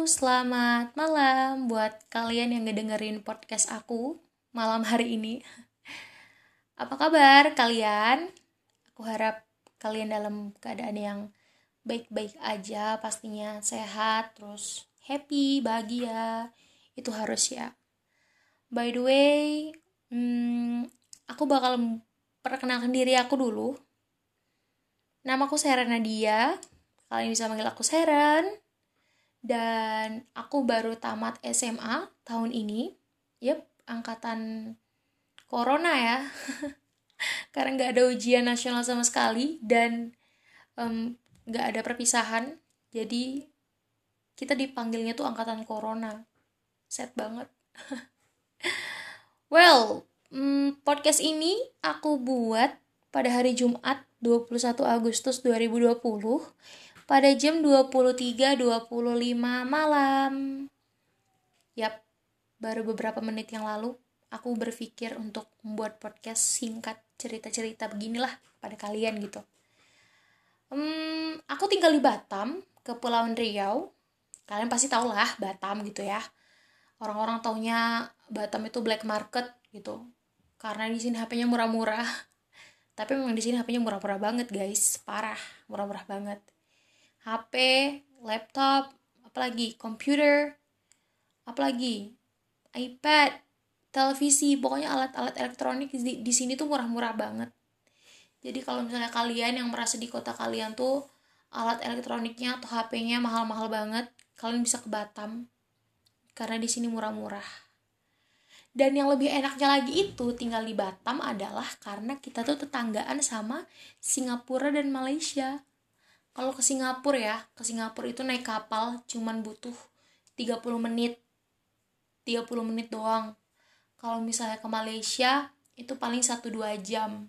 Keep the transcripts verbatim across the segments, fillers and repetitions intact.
selamat malam buat kalian yang ngedengerin podcast aku malam hari ini. Apa kabar kalian? Aku harap kalian dalam keadaan yang baik-baik aja, pastinya sehat, terus happy, bahagia. Itu harus ya. By the way, hmm, aku bakal perkenalkan diri aku dulu. Nama aku Seren Nadia. Kalian bisa manggil aku Seren. Dan aku baru tamat S M A tahun ini. Yep, angkatan corona ya. Karena gak ada ujian nasional sama sekali. Dan um, gak ada perpisahan. Jadi kita dipanggilnya tuh angkatan corona. Sad banget. Well, um, podcast ini aku buat pada hari Jumat dua puluh satu Agustus dua ribu dua puluh pada jam dua puluh tiga dua puluh lima malam. Yap, baru beberapa menit yang lalu aku berpikir untuk membuat podcast singkat cerita-cerita beginilah pada kalian gitu. Hmm, aku tinggal di Batam, Kepulauan Riau. Kalian pasti tahu lah Batam gitu ya. Orang-orang taunya Batam itu black market gitu. Karena di sini H P-nya murah-murah. Tapi memang di sini H P-nya murah-murah banget, guys. Parah, murah-murah banget. H P, laptop, apalagi komputer, apalagi iPad, televisi, pokoknya alat-alat elektronik di, di sini tuh murah-murah banget. Jadi kalau misalnya kalian yang merasa di kota kalian tuh alat elektroniknya atau H P-nya mahal-mahal banget, kalian bisa ke Batam karena di sini murah-murah. Dan yang lebih enaknya lagi itu tinggal di Batam adalah karena kita tuh tetanggaan sama Singapura dan Malaysia. Kalau ke Singapura ya, ke Singapura itu naik kapal cuman butuh tiga puluh menit. tiga puluh menit doang. Kalau misalnya ke Malaysia, itu paling satu sampai dua jam.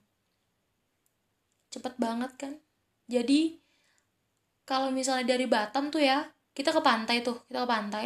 Cepet banget kan? Jadi, kalau misalnya dari Batam tuh ya, kita ke pantai tuh, kita ke pantai.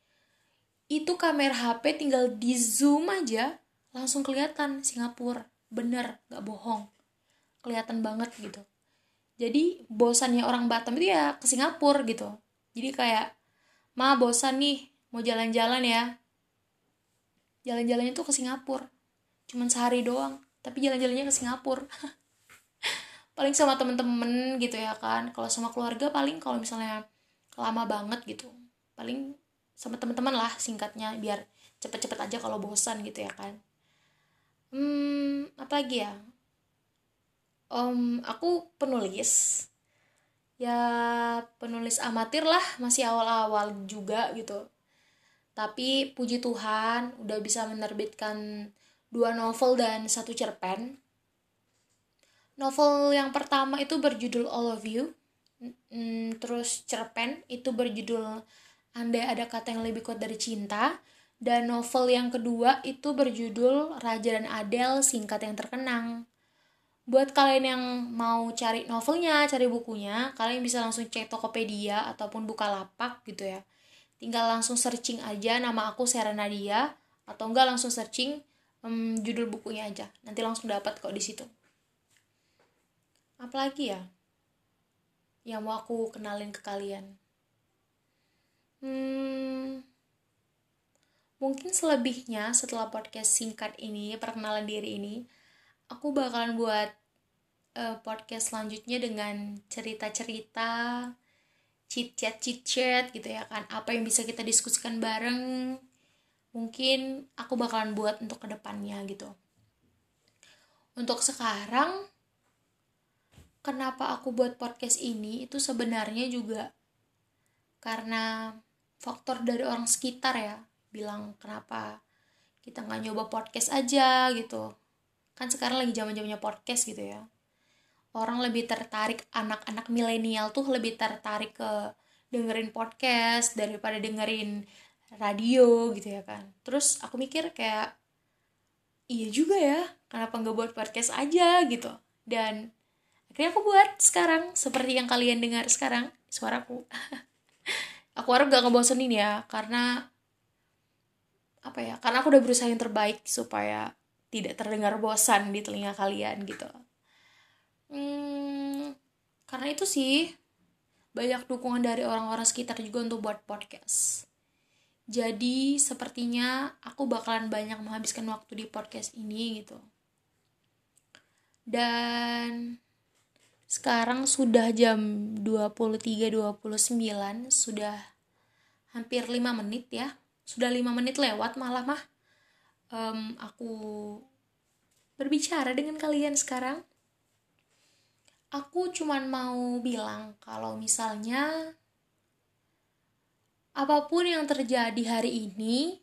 Itu kamera H P tinggal di zoom aja, langsung kelihatan Singapura. Bener, gak bohong. Kelihatan banget gitu. Jadi bosannya orang Batam itu ya ke Singapura gitu. Jadi kayak, ma bosan nih, mau jalan-jalan ya. Jalan-jalannya tuh ke Singapura. Cuman sehari doang, tapi jalan-jalannya ke Singapura. Paling sama temen-temen gitu ya kan. Kalau sama keluarga paling kalau misalnya lama banget gitu. Paling sama temen-temen lah singkatnya, biar cepet-cepet aja kalau bosan gitu ya kan. Hmm, apa lagi ya? Um, aku penulis. Ya penulis amatir lah, masih awal-awal juga gitu. Tapi puji Tuhan udah bisa menerbitkan dua novel dan satu cerpen. Novel yang pertama itu berjudul All of You. Hmm, terus cerpen itu berjudul Andai Ada Kata Yang Lebih Kuat Dari Cinta. Dan novel yang kedua itu berjudul Raja dan Adele, Singkat Yang Terkenang. Buat kalian yang mau cari novelnya, cari bukunya, kalian bisa langsung cek Tokopedia ataupun Bukalapak gitu ya. Tinggal langsung searching aja nama aku Seren Nadia, atau enggak langsung searching um, judul bukunya aja. Nanti langsung dapat kok di situ. Apalagi ya yang mau aku kenalin ke kalian? Hmm, mungkin selebihnya setelah podcast singkat ini, perkenalan diri ini, aku bakalan buat uh, podcast selanjutnya dengan cerita-cerita, chit-chat chit-chat gitu ya kan. Apa yang bisa kita diskusikan bareng, mungkin aku bakalan buat untuk kedepannya gitu. Untuk sekarang, kenapa aku buat podcast ini itu sebenarnya juga karena faktor dari orang sekitar ya. Bilang kenapa kita gak nyoba podcast aja gitu. Kan sekarang lagi zaman-zamannya podcast gitu ya. Orang lebih tertarik, anak-anak milenial tuh lebih tertarik ke dengerin podcast daripada dengerin radio gitu ya kan. Terus aku mikir kayak, iya juga ya, kenapa gak buat podcast aja gitu. Dan akhirnya aku buat sekarang, seperti yang kalian dengar sekarang, suaraku. Aku harap gak ngebosenin ya, karena apa ya, karena aku udah berusaha yang terbaik supaya tidak terdengar bosan di telinga kalian gitu. Hmm, karena itu sih, banyak dukungan dari orang-orang sekitar juga untuk buat podcast. Jadi sepertinya aku bakalan banyak menghabiskan waktu di podcast ini gitu. Dan sekarang sudah jam dua puluh tiga dua puluh sembilan, sudah hampir lima menit ya. Sudah lima menit lewat malah mah. Um, aku berbicara dengan kalian sekarang. Aku cuman mau bilang kalau misalnya apapun yang terjadi hari ini,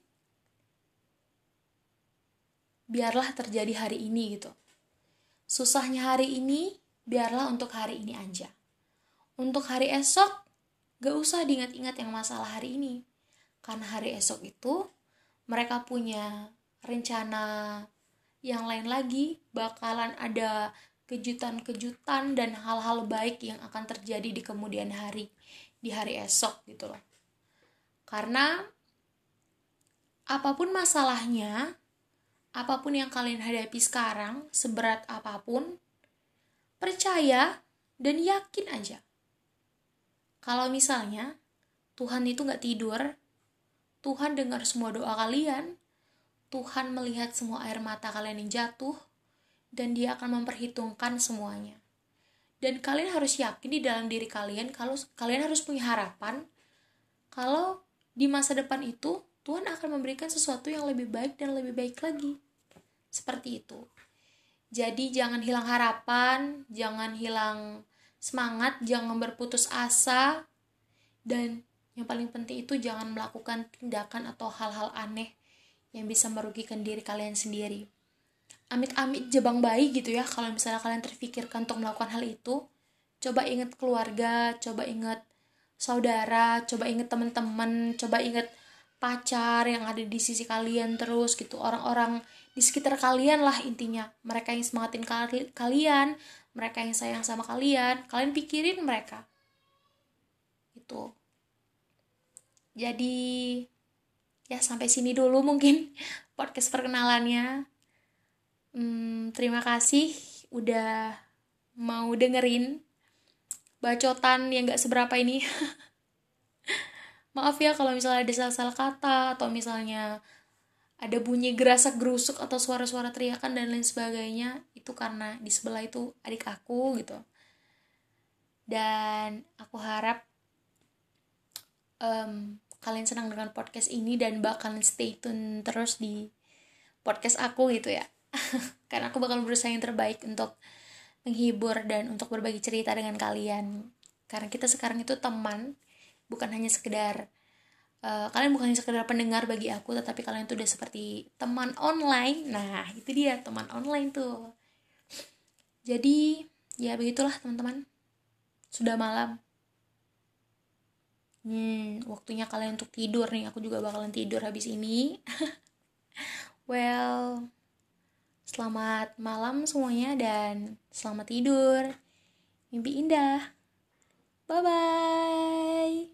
biarlah terjadi hari ini gitu. Susahnya hari ini, biarlah untuk hari ini aja. Untuk hari esok, gak usah diingat-ingat yang masalah hari ini. Karena hari esok itu, mereka punya rencana yang lain lagi, bakalan ada kejutan-kejutan dan hal-hal baik yang akan terjadi di kemudian hari, di hari esok gitu loh. Karena apapun masalahnya, apapun yang kalian hadapi sekarang, seberat apapun, percaya dan yakin aja. Kalau misalnya Tuhan itu gak tidur, Tuhan dengar semua doa kalian, Tuhan melihat semua air mata kalian yang jatuh, dan Dia akan memperhitungkan semuanya. Dan kalian harus yakin di dalam diri kalian, kalau kalian harus punya harapan, kalau di masa depan itu, Tuhan akan memberikan sesuatu yang lebih baik dan lebih baik lagi. Seperti itu. Jadi jangan hilang harapan, jangan hilang semangat, jangan berputus asa, dan yang paling penting itu jangan melakukan tindakan atau hal-hal aneh yang bisa merugikan diri kalian sendiri. Amit-amit jebang bayi gitu ya, kalau misalnya kalian terfikirkan untuk melakukan hal itu. Coba ingat keluarga, coba ingat saudara, coba ingat teman-teman, coba ingat pacar yang ada di sisi kalian terus gitu, orang-orang di sekitar kalian lah intinya, mereka yang semangatin kal- kalian, mereka yang sayang sama kalian, kalian pikirin mereka itu. Jadi ya sampai sini dulu mungkin podcast perkenalannya. Hmm, terima kasih udah mau dengerin bacotan yang gak seberapa ini. Maaf ya kalau misalnya ada salah-salah kata, atau misalnya ada bunyi gerasak gerusuk atau suara-suara teriakan dan lain sebagainya. Itu karena di sebelah itu adik aku gitu. Dan aku harap um, kalian senang dengan podcast ini dan bakalan stay tune terus di podcast aku gitu ya. Karena aku bakal berusaha yang terbaik untuk menghibur dan untuk berbagi cerita dengan kalian. Karena kita sekarang itu teman, bukan hanya sekedar uh, kalian bukan hanya sekedar pendengar bagi aku, tetapi kalian tuh udah seperti teman online. Nah, itu dia teman online tuh. Jadi, ya begitulah teman-teman. Sudah malam. Hmm, waktunya kalian untuk tidur nih. Aku juga bakalan tidur habis ini. Well, selamat malam semuanya dan selamat tidur. Mimpi indah. Bye-bye.